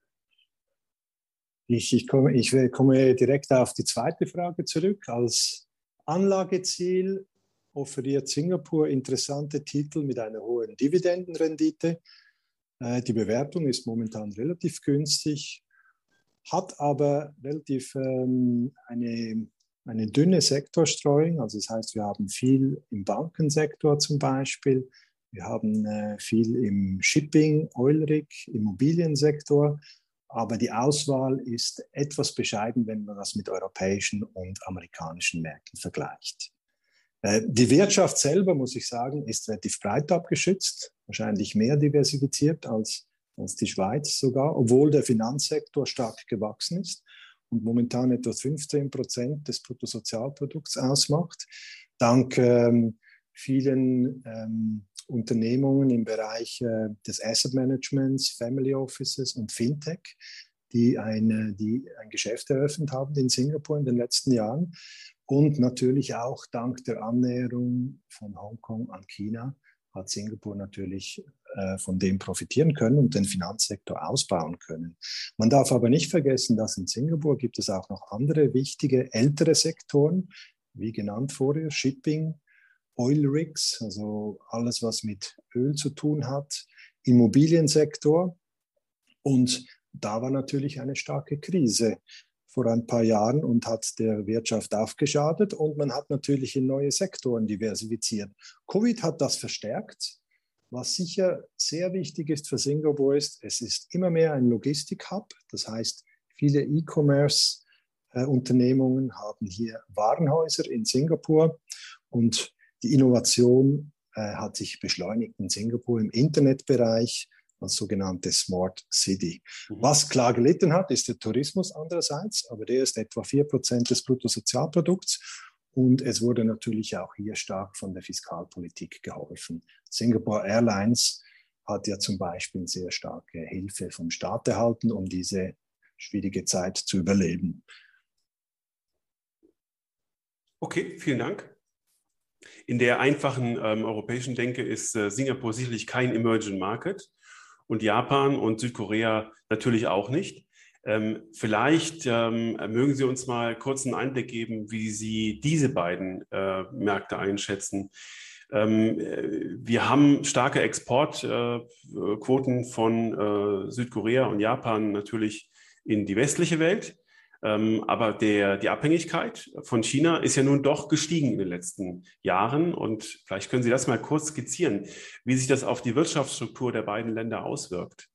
[SPEAKER 2] Ich, ich, komme, ich komme direkt auf die zweite Frage zurück. Als Anlageziel offeriert Singapur interessante Titel mit einer hohen Dividendenrendite. Die Bewertung ist momentan relativ günstig, hat aber relativ ähm, eine, eine dünne Sektorstreuung. Also das heißt, wir haben viel im Bankensektor zum Beispiel, wir haben äh, viel im Shipping, Oil Rig, Immobiliensektor. Aber die Auswahl ist etwas bescheiden, wenn man das mit europäischen und amerikanischen Märkten vergleicht. Die Wirtschaft selber, muss ich sagen, ist relativ breit abgeschützt, wahrscheinlich mehr diversifiziert als, als die Schweiz sogar, obwohl der Finanzsektor stark gewachsen ist und momentan etwa fünfzehn Prozent des Bruttosozialprodukts ausmacht, dank ähm, vielen ähm, Unternehmungen im Bereich äh, des Asset Managements, Family Offices und Fintech, die, eine, die ein Geschäft eröffnet haben in Singapur in den letzten Jahren. Und natürlich auch dank der Annäherung von Hongkong an China hat Singapur natürlich äh, von dem profitieren können und den Finanzsektor ausbauen können. Man darf aber nicht vergessen, dass in Singapur gibt es auch noch andere wichtige ältere Sektoren, wie genannt vorher, Shipping, Oil Rigs, also alles, was mit Öl zu tun hat, Immobiliensektor. Und da war natürlich eine starke Krise vor ein paar Jahren und hat der Wirtschaft aufgeschadet. Und man hat natürlich in neue Sektoren diversifiziert. Covid hat das verstärkt. Was sicher sehr wichtig ist für Singapur ist, es ist immer mehr ein Logistik-Hub. Das heißt, viele E-Commerce-Unternehmungen haben hier Warenhäuser in Singapur und die Innovation äh, hat sich beschleunigt in Singapur im Internetbereich als sogenannte Smart City. Mhm. Was klar gelitten hat, ist der Tourismus andererseits, aber der ist etwa vier Prozent des Bruttosozialprodukts. Und es wurde natürlich auch hier stark von der Fiskalpolitik geholfen. Singapore Airlines hat ja zum Beispiel sehr starke Hilfe vom Staat erhalten, um diese schwierige Zeit zu überleben.
[SPEAKER 1] Okay, vielen Dank. In der einfachen ähm, europäischen Denke ist äh, Singapur sicherlich kein Emerging Market und Japan und Südkorea natürlich auch nicht. Ähm, vielleicht ähm, mögen Sie uns mal kurz einen Einblick geben, wie Sie diese beiden äh, Märkte einschätzen. Ähm, wir haben starke Exportquoten äh, von äh, Südkorea und Japan natürlich in die westliche Welt. Ähm, aber der, die Abhängigkeit von China ist ja nun doch gestiegen in den letzten Jahren. Und vielleicht können Sie das mal kurz skizzieren, wie sich das auf die Wirtschaftsstruktur der beiden Länder auswirkt.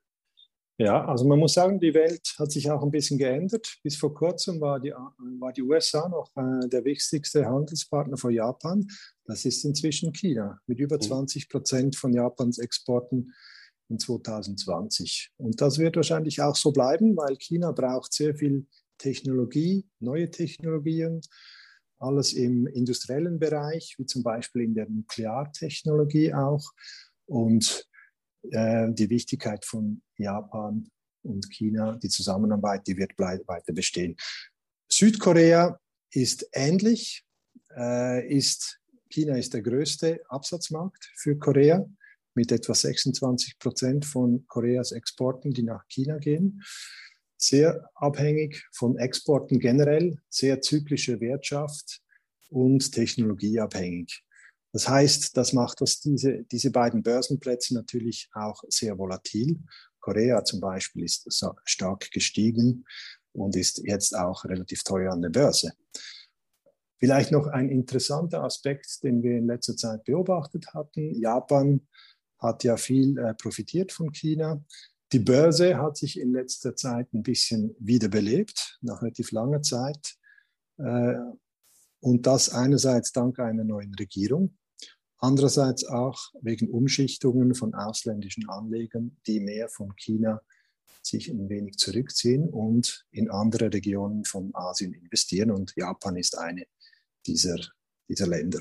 [SPEAKER 2] Ja, also man muss sagen, die Welt hat sich auch ein bisschen geändert. Bis vor kurzem war die, war die U S A noch äh, der wichtigste Handelspartner von Japan. Das ist inzwischen China mit über zwanzig Prozent von Japans Exporten in zwanzig zwanzig. Und das wird wahrscheinlich auch so bleiben, weil China braucht sehr viel Technologie, neue Technologien, alles im industriellen Bereich, wie zum Beispiel in der Nukleartechnologie auch. Und äh, die Wichtigkeit von Japan und China, die Zusammenarbeit, die wird weiter bestehen. Südkorea ist ähnlich. Äh, ist, China ist der größte Absatzmarkt für Korea mit etwa sechsundzwanzig Prozent von Koreas Exporten, die nach China gehen. Sehr abhängig von Exporten generell, sehr zyklische Wirtschaft und technologieabhängig. Das heißt, das macht das diese, diese beiden Börsenplätze natürlich auch sehr volatil. Korea zum Beispiel ist stark gestiegen und ist jetzt auch relativ teuer an der Börse. Vielleicht noch ein interessanter Aspekt, den wir in letzter Zeit beobachtet hatten. Japan hat ja viel äh, profitiert von China. Die Börse hat sich in letzter Zeit ein bisschen wiederbelebt, nach relativ langer Zeit. Äh, und das einerseits dank einer neuen Regierung, andererseits auch wegen Umschichtungen von ausländischen Anlegern, die mehr von China sich ein wenig zurückziehen und in andere Regionen von Asien investieren. Und Japan ist eine dieser, dieser Länder.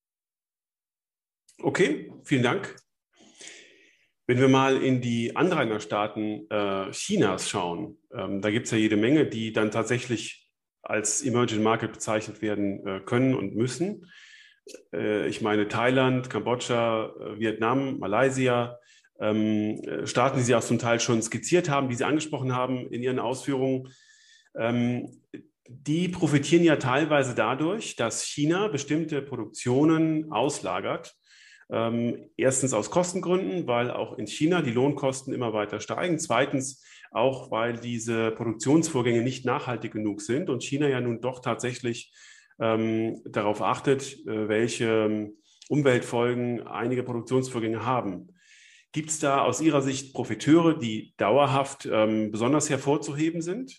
[SPEAKER 1] Okay, vielen Dank. Wenn wir mal in die Anrainerstaaten äh, Chinas schauen, ähm, da gibt es ja jede Menge, die dann tatsächlich als Emerging Market bezeichnet werden äh, können und müssen. Äh, ich meine Thailand, Kambodscha, äh, Vietnam, Malaysia, ähm, Staaten, die Sie auch zum Teil schon skizziert haben, die Sie angesprochen haben in Ihren Ausführungen. Ähm, die profitieren ja teilweise dadurch, dass China bestimmte Produktionen auslagert. Ähm, erstens aus Kostengründen, weil auch in China die Lohnkosten immer weiter steigen. Zweitens auch, weil diese Produktionsvorgänge nicht nachhaltig genug sind und China ja nun doch tatsächlich ähm, darauf achtet, äh, welche Umweltfolgen einige Produktionsvorgänge haben. Gibt es da aus Ihrer Sicht Profiteure, die dauerhaft ähm, besonders hervorzuheben sind?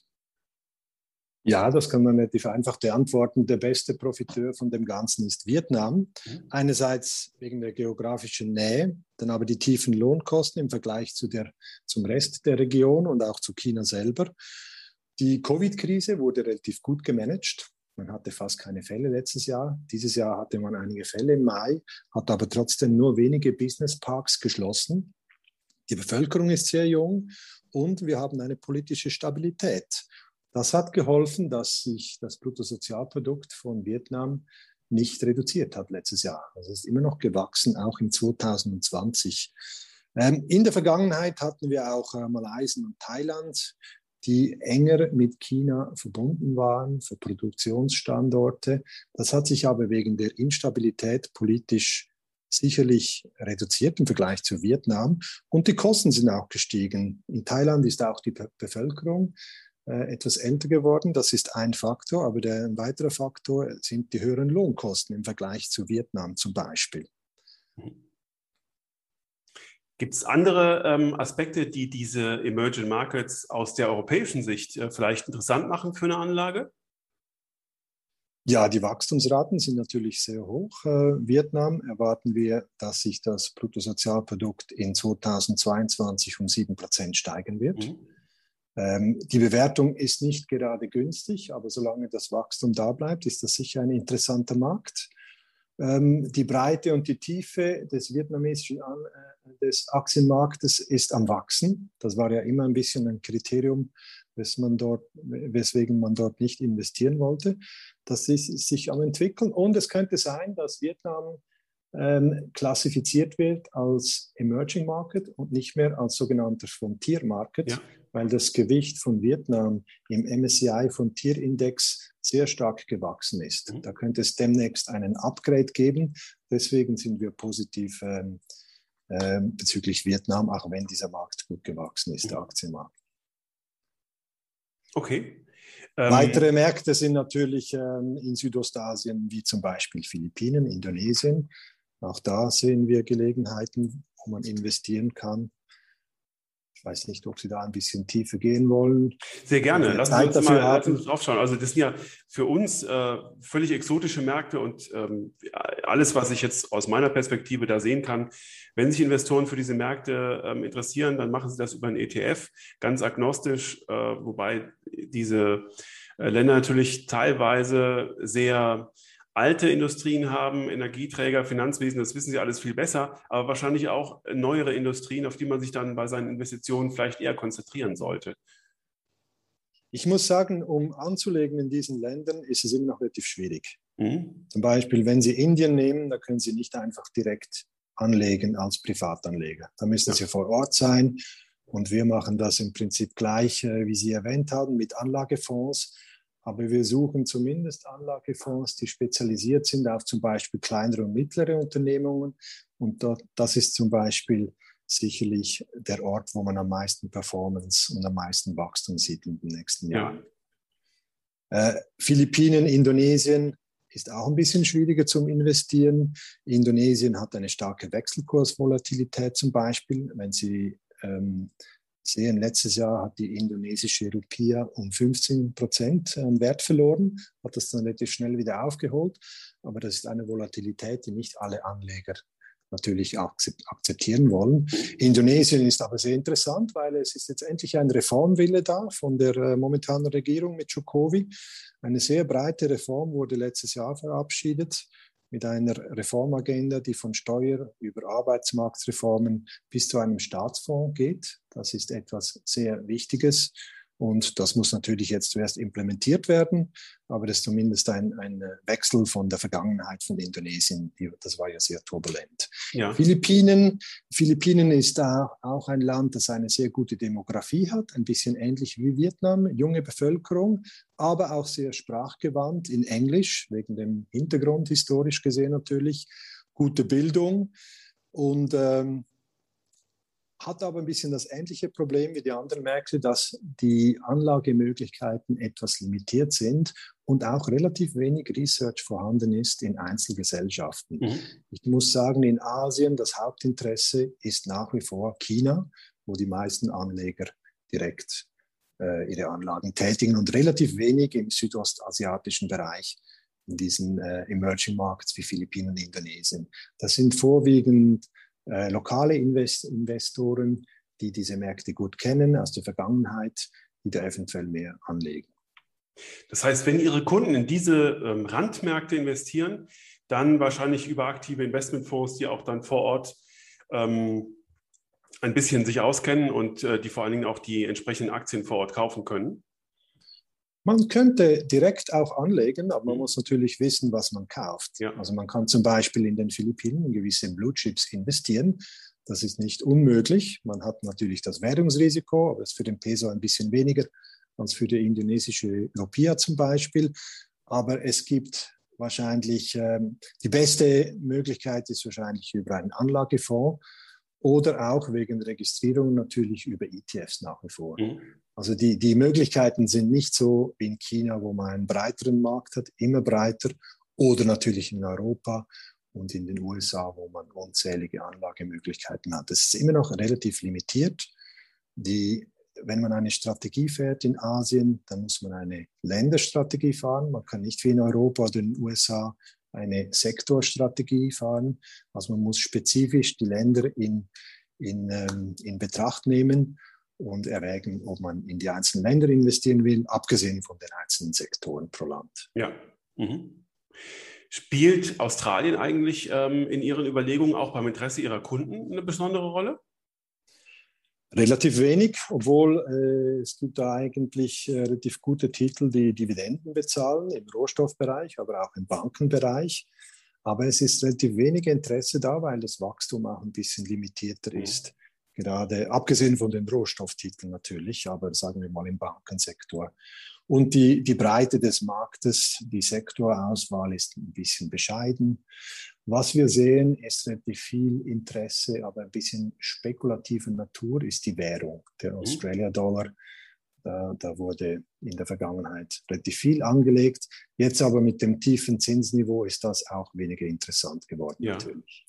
[SPEAKER 2] Ja, das kann man relativ einfach beantworten. Der beste Profiteur von dem Ganzen ist Vietnam. Einerseits wegen der geografischen Nähe, dann aber die tiefen Lohnkosten im Vergleich zu der, zum Rest der Region und auch zu China selber. Die Covid-Krise wurde relativ gut gemanagt. Man hatte fast keine Fälle letztes Jahr. Dieses Jahr hatte man einige Fälle im Mai, hat aber trotzdem nur wenige Businessparks geschlossen. Die Bevölkerung ist sehr jung und wir haben eine politische Stabilität. Das hat geholfen, dass sich das Bruttosozialprodukt von Vietnam nicht reduziert hat letztes Jahr. Also es ist immer noch gewachsen, auch in zwanzig zwanzig. Ähm, in der Vergangenheit hatten wir auch äh, Malaysia und Thailand, die enger mit China verbunden waren für Produktionsstandorte. Das hat sich aber wegen der Instabilität politisch sicherlich reduziert im Vergleich zu Vietnam. Und die Kosten sind auch gestiegen. In Thailand ist auch die Be- Bevölkerung äh, etwas älter geworden. Das ist ein Faktor. Aber der, ein weiterer Faktor sind die höheren Lohnkosten im Vergleich zu Vietnam zum Beispiel.
[SPEAKER 1] Gibt es andere ähm, Aspekte, die diese Emerging Markets aus der europäischen Sicht äh, vielleicht interessant machen für eine Anlage?
[SPEAKER 2] Ja, die Wachstumsraten sind natürlich sehr hoch. Äh, Vietnam erwarten wir, dass sich das Bruttosozialprodukt in zweitausendzweiundzwanzig um sieben Prozent steigen wird.
[SPEAKER 1] Mhm.
[SPEAKER 2] Ähm, die Bewertung ist nicht gerade günstig, aber solange das Wachstum da bleibt, ist das sicher ein interessanter Markt. Ähm, die Breite und die Tiefe des vietnamesischen An äh, des Aktienmarktes ist am Wachsen. Das war ja immer ein bisschen ein Kriterium, wes man dort, weswegen man dort nicht investieren wollte. Das ist sich am entwickeln und es könnte sein, dass Vietnam ähm, klassifiziert wird als Emerging Market und nicht mehr als sogenannter Frontier Market,
[SPEAKER 1] Ja.
[SPEAKER 2] weil das Gewicht von Vietnam im M S C I Frontier Index sehr stark gewachsen ist.
[SPEAKER 1] Mhm.
[SPEAKER 2] Da könnte es demnächst einen Upgrade geben. Deswegen sind wir positiv ähm, äh, bezüglich Vietnam, auch wenn dieser Markt gut gewachsen ist, der Aktienmarkt.
[SPEAKER 1] Okay. Ähm,
[SPEAKER 2] Weitere Märkte sind natürlich ähm, in Südostasien, wie zum Beispiel Philippinen, Indonesien. Auch da sehen wir Gelegenheiten, wo man investieren kann. Ich weiß nicht, ob Sie da ein bisschen tiefer gehen wollen.
[SPEAKER 1] Sehr gerne.
[SPEAKER 2] Wir
[SPEAKER 1] Lassen Sie
[SPEAKER 2] Zeit
[SPEAKER 1] uns
[SPEAKER 2] dafür
[SPEAKER 1] mal lassen Sie
[SPEAKER 2] haben.
[SPEAKER 1] uns drauf schauen. Also das sind ja für uns äh, völlig exotische Märkte und ähm, alles, was ich jetzt aus meiner Perspektive da sehen kann, wenn sich Investoren für diese Märkte ähm, interessieren, dann machen sie das über einen E T F, ganz agnostisch, äh, wobei diese äh, Länder natürlich teilweise sehr alte Industrien haben, Energieträger, Finanzwesen, das wissen Sie alles viel besser, aber wahrscheinlich auch neuere Industrien, auf die man sich dann bei seinen Investitionen vielleicht eher konzentrieren sollte.
[SPEAKER 2] Ich muss sagen, um anzulegen in diesen Ländern, ist es immer noch relativ schwierig.
[SPEAKER 1] Mhm.
[SPEAKER 2] Zum Beispiel, wenn Sie Indien nehmen, da können Sie nicht einfach direkt anlegen als Privatanleger. Da müssen
[SPEAKER 1] Ja.
[SPEAKER 2] Sie vor Ort sein. Und wir machen das im Prinzip gleich, wie Sie erwähnt haben, mit Anlagefonds. Aber wir suchen zumindest Anlagefonds, die spezialisiert sind auf zum Beispiel kleinere und mittlere Unternehmungen. Und dort, das ist zum Beispiel sicherlich der Ort, wo man am meisten Performance und am meisten Wachstum sieht in den nächsten Jahren. Ja. Äh, Philippinen, Indonesien ist auch ein bisschen schwieriger zum Investieren. Indonesien hat eine starke Wechselkursvolatilität zum Beispiel. Wenn Sie ähm, sehen, letztes Jahr hat die indonesische Rupiah um fünfzehn Prozent an Wert verloren, hat das dann relativ schnell wieder aufgeholt. Aber das ist eine Volatilität, die nicht alle Anleger natürlich akzeptieren wollen. Indonesien ist aber sehr interessant, weil es ist jetzt endlich ein Reformwille da von der äh, momentanen Regierung mit Jokowi. Eine sehr breite Reform wurde letztes Jahr verabschiedet mit einer Reformagenda, die von Steuer über Arbeitsmarktreformen bis zu einem Staatsfonds geht. Das ist etwas sehr Wichtiges. Und das muss natürlich jetzt zuerst implementiert werden, aber das ist zumindest ein, ein Wechsel von der Vergangenheit von Indonesien. Das war ja sehr turbulent. Ja. Philippinen, Philippinen ist da auch ein Land, das eine sehr gute Demografie hat, ein bisschen ähnlich wie Vietnam, junge Bevölkerung, aber auch sehr sprachgewandt in Englisch, wegen dem Hintergrund historisch gesehen natürlich, gute Bildung und ähm, hat aber ein bisschen das ähnliche Problem wie die anderen Märkte, dass die Anlagemöglichkeiten etwas limitiert sind und auch relativ wenig Research vorhanden ist in Einzelgesellschaften. Mhm. Ich muss sagen, in Asien das Hauptinteresse ist nach wie vor China, wo die meisten Anleger direkt äh, ihre Anlagen tätigen und relativ wenig im südostasiatischen Bereich, in diesen äh, Emerging Markets wie Philippinen und Indonesien. Das sind vorwiegend Äh, lokale Invest Investoren, die diese Märkte gut kennen aus der Vergangenheit, die da eventuell mehr anlegen.
[SPEAKER 1] Das heißt, wenn Ihre Kunden in diese ähm, Randmärkte investieren, dann wahrscheinlich über aktive Investmentfonds, die auch dann vor Ort ähm, ein bisschen sich auskennen und äh, die vor allen Dingen auch die entsprechenden Aktien vor Ort kaufen können.
[SPEAKER 2] Man könnte direkt auch anlegen, aber man mhm. muss natürlich wissen, was man kauft. Ja. Also man kann zum Beispiel in den Philippinen in gewisse Blue Chips investieren. Das ist nicht unmöglich. Man hat natürlich das Währungsrisiko, aber das ist für den Peso ein bisschen weniger als für die indonesische Rupiah zum Beispiel. Aber es gibt wahrscheinlich, ähm, die beste Möglichkeit ist wahrscheinlich über einen Anlagefonds oder auch wegen Registrierung natürlich über E T Fs nach wie vor. Mhm. Also die, die Möglichkeiten sind nicht so wie in China, wo man einen breiteren Markt hat, immer breiter, oder natürlich in Europa und in den U S A, wo man unzählige Anlagemöglichkeiten hat. Das ist immer noch relativ limitiert. Die wenn man eine Strategie fährt in Asien, dann muss man eine Länderstrategie fahren. Man kann nicht wie in Europa oder in den U S A eine Sektorstrategie fahren. Also man muss spezifisch die Länder in, in, ähm, in Betracht nehmen und erwägen, ob man in die einzelnen Länder investieren will, abgesehen von den einzelnen Sektoren pro Land.
[SPEAKER 1] Ja. Mhm. Spielt Australien eigentlich ähm, in Ihren Überlegungen auch beim Interesse Ihrer Kunden eine besondere Rolle?
[SPEAKER 2] Relativ wenig, obwohl äh, es gibt da eigentlich äh, relativ gute Titel, die Dividenden bezahlen im Rohstoffbereich, aber auch im Bankenbereich. Aber es ist relativ wenig Interesse da, weil das Wachstum auch ein bisschen limitierter ist. Mhm. Gerade abgesehen von den Rohstofftiteln natürlich, aber sagen wir mal im Bankensektor. Und die, die Breite des Marktes, die Sektorauswahl ist ein bisschen bescheiden. Was wir sehen, ist relativ viel Interesse, aber ein bisschen spekulativer Natur ist die Währung, der Australia-Dollar. Da, da wurde in der Vergangenheit relativ viel angelegt. Jetzt aber mit dem tiefen Zinsniveau ist das auch weniger interessant geworden, ja. Natürlich.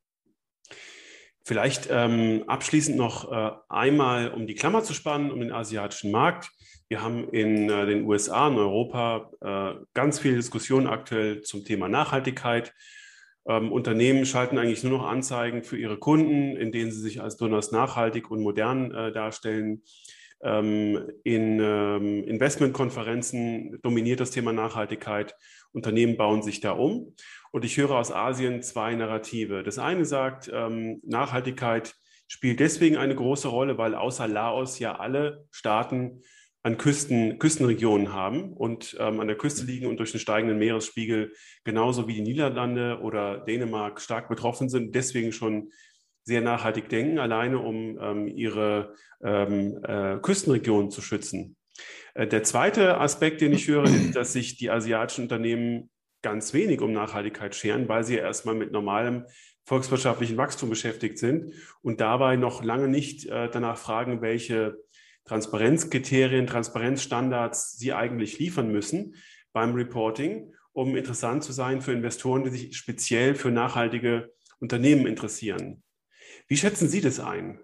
[SPEAKER 1] Vielleicht ähm, abschließend noch äh, einmal, um die Klammer zu spannen, um den asiatischen Markt. Wir haben in äh, den U S A, in Europa äh, ganz viele Diskussionen aktuell zum Thema Nachhaltigkeit. Ähm, Unternehmen schalten eigentlich nur noch Anzeigen für ihre Kunden, in denen sie sich als besonders nachhaltig und modern äh, darstellen. Ähm, in ähm, Investmentkonferenzen dominiert das Thema Nachhaltigkeit. Unternehmen bauen sich da um. Und ich höre aus Asien zwei Narrative. Das eine sagt, ähm, Nachhaltigkeit spielt deswegen eine große Rolle, weil außer Laos ja alle Staaten an Küsten, Küstenregionen haben und ähm, an der Küste liegen und durch den steigenden Meeresspiegel genauso wie die Niederlande oder Dänemark stark betroffen sind, deswegen schon sehr nachhaltig denken, alleine um ähm, ihre ähm, äh, Küstenregionen zu schützen. Äh, der zweite Aspekt, den ich höre, ist, dass sich die asiatischen Unternehmen ganz wenig um Nachhaltigkeit scheren, weil sie ja erstmal mit normalem volkswirtschaftlichen Wachstum beschäftigt sind und dabei noch lange nicht äh, danach fragen, welche Transparenzkriterien, Transparenzstandards sie eigentlich liefern müssen beim Reporting, um interessant zu sein für Investoren, die sich speziell für nachhaltige Unternehmen interessieren. Wie schätzen Sie das ein?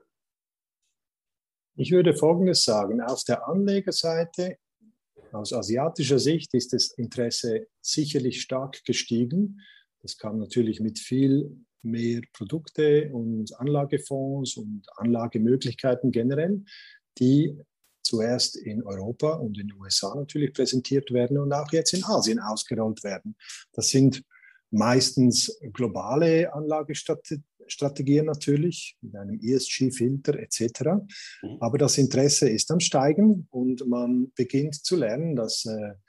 [SPEAKER 2] Ich würde Folgendes sagen. Auf der Anlegerseite, aus asiatischer Sicht, ist das Interesse sicherlich stark gestiegen. Das kam natürlich mit viel mehr Produkte und Anlagefonds und Anlagemöglichkeiten generell, die zuerst in Europa und in den U S A natürlich präsentiert werden und auch jetzt in Asien ausgerollt werden. Das sind meistens globale Anlagestrategien natürlich, mit einem E S G-Filter et cetera. Aber das Interesse ist am Steigen und man beginnt zu lernen, dass,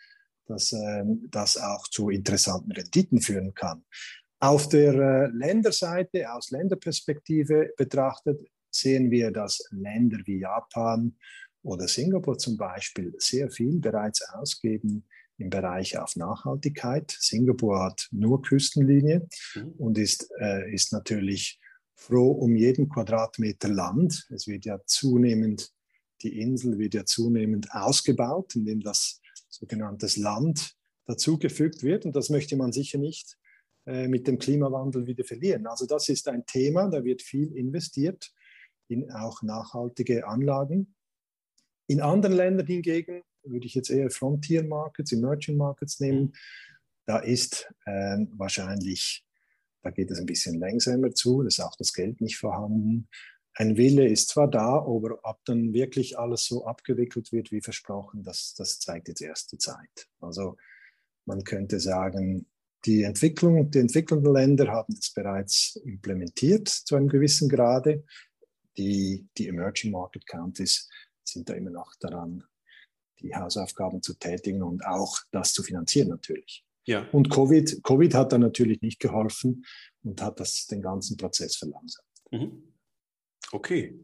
[SPEAKER 2] dass das auch zu interessanten Renditen führen kann. Auf der Länderseite, aus Länderperspektive betrachtet, sehen wir, dass Länder wie Japan oder Singapur zum Beispiel sehr viel bereits ausgeben im Bereich auf Nachhaltigkeit. Singapur hat nur Küstenlinie mhm. und ist, äh, ist natürlich froh um jeden Quadratmeter Land. Es wird ja zunehmend, die Insel wird ja zunehmend ausgebaut, indem das sogenannte Land dazugefügt wird. Und das möchte man sicher nicht äh, mit dem Klimawandel wieder verlieren. Also das ist ein Thema, da wird viel investiert in auch nachhaltige Anlagen. In anderen Ländern hingegen würde ich jetzt eher Frontier Markets, Emerging Markets nehmen. Da ist ähm, wahrscheinlich, da geht es ein bisschen langsamer zu, da ist auch das Geld nicht vorhanden. Ein Wille ist zwar da, aber ob dann wirklich alles so abgewickelt wird wie versprochen, das, das zeigt jetzt erst die Zeit. Also man könnte sagen, die Entwicklung, die entwickelnden Länder haben das bereits implementiert zu einem gewissen Grade. Die, die Emerging Market Countries sind da immer noch daran, die Hausaufgaben zu tätigen und auch das zu finanzieren natürlich. Ja. Und Covid, Covid hat da natürlich nicht geholfen und hat das, den ganzen Prozess verlangsamt.
[SPEAKER 1] Mhm. Okay.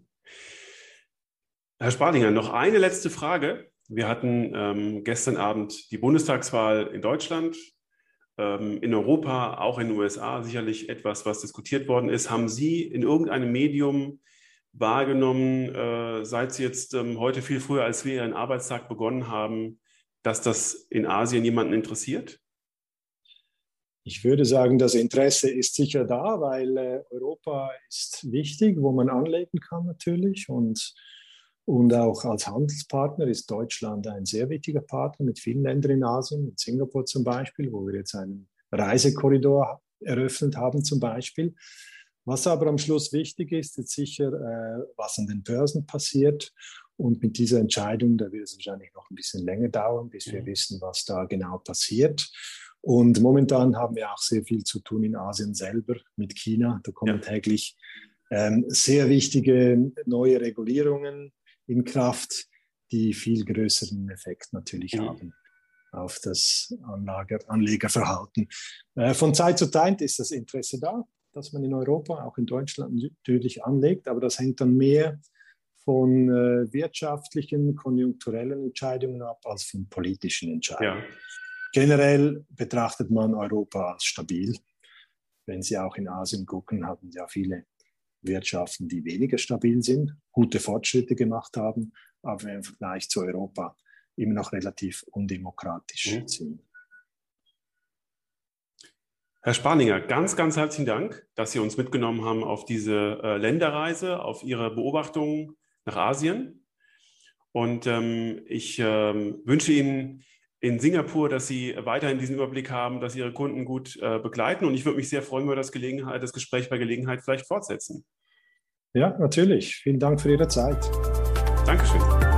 [SPEAKER 1] Herr Sparlinger, noch eine letzte Frage. Wir hatten ähm, gestern Abend die Bundestagswahl in Deutschland, ähm, in Europa, auch in den U S A sicherlich etwas, was diskutiert worden ist. Haben Sie in irgendeinem Medium wahrgenommen, äh, seit Sie jetzt ähm, heute viel früher als wir Ihren Arbeitstag begonnen haben, dass das in Asien jemanden interessiert?
[SPEAKER 2] Ich würde sagen, das Interesse ist sicher da, weil äh, Europa ist wichtig, wo man anlegen kann natürlich. Und Und auch als Handelspartner ist Deutschland ein sehr wichtiger Partner mit vielen Ländern in Asien, mit Singapur zum Beispiel, wo wir jetzt einen Reisekorridor eröffnet haben zum Beispiel. Was aber am Schluss wichtig ist, ist sicher, äh, was an den Börsen passiert. Und mit dieser Entscheidung, da wird es wahrscheinlich noch ein bisschen länger dauern, bis wir wissen, was da genau passiert. Und momentan haben wir auch sehr viel zu tun in Asien selber mit China. Da kommen ja. täglich ähm, sehr wichtige neue Regulierungen in Kraft, die viel größeren Effekt natürlich mhm. haben auf das Anlager, Anlegerverhalten. Äh, von Zeit zu Zeit ist das Interesse da, dass man in Europa, auch in Deutschland natürlich anlegt, aber das hängt dann mehr von äh, wirtschaftlichen, konjunkturellen Entscheidungen ab, als von politischen Entscheidungen. Ja. Generell betrachtet man Europa als stabil. Wenn Sie auch in Asien gucken, haben ja viele Wirtschaften, die weniger stabil sind, gute Fortschritte gemacht haben, aber im Vergleich zu Europa immer noch relativ undemokratisch mhm. sind.
[SPEAKER 1] Herr Spaninger, ganz, ganz herzlichen Dank, dass Sie uns mitgenommen haben auf diese äh, Länderreise, auf Ihre Beobachtungen nach Asien. Und ähm, ich ähm, wünsche Ihnen in Singapur, dass Sie weiterhin diesen Überblick haben, dass Sie Ihre Kunden gut äh, begleiten. Und ich würde mich sehr freuen, wenn wir das, Gelegenheit, das Gespräch bei Gelegenheit vielleicht fortsetzen.
[SPEAKER 2] Ja, natürlich. Vielen Dank für Ihre Zeit.
[SPEAKER 1] Dankeschön.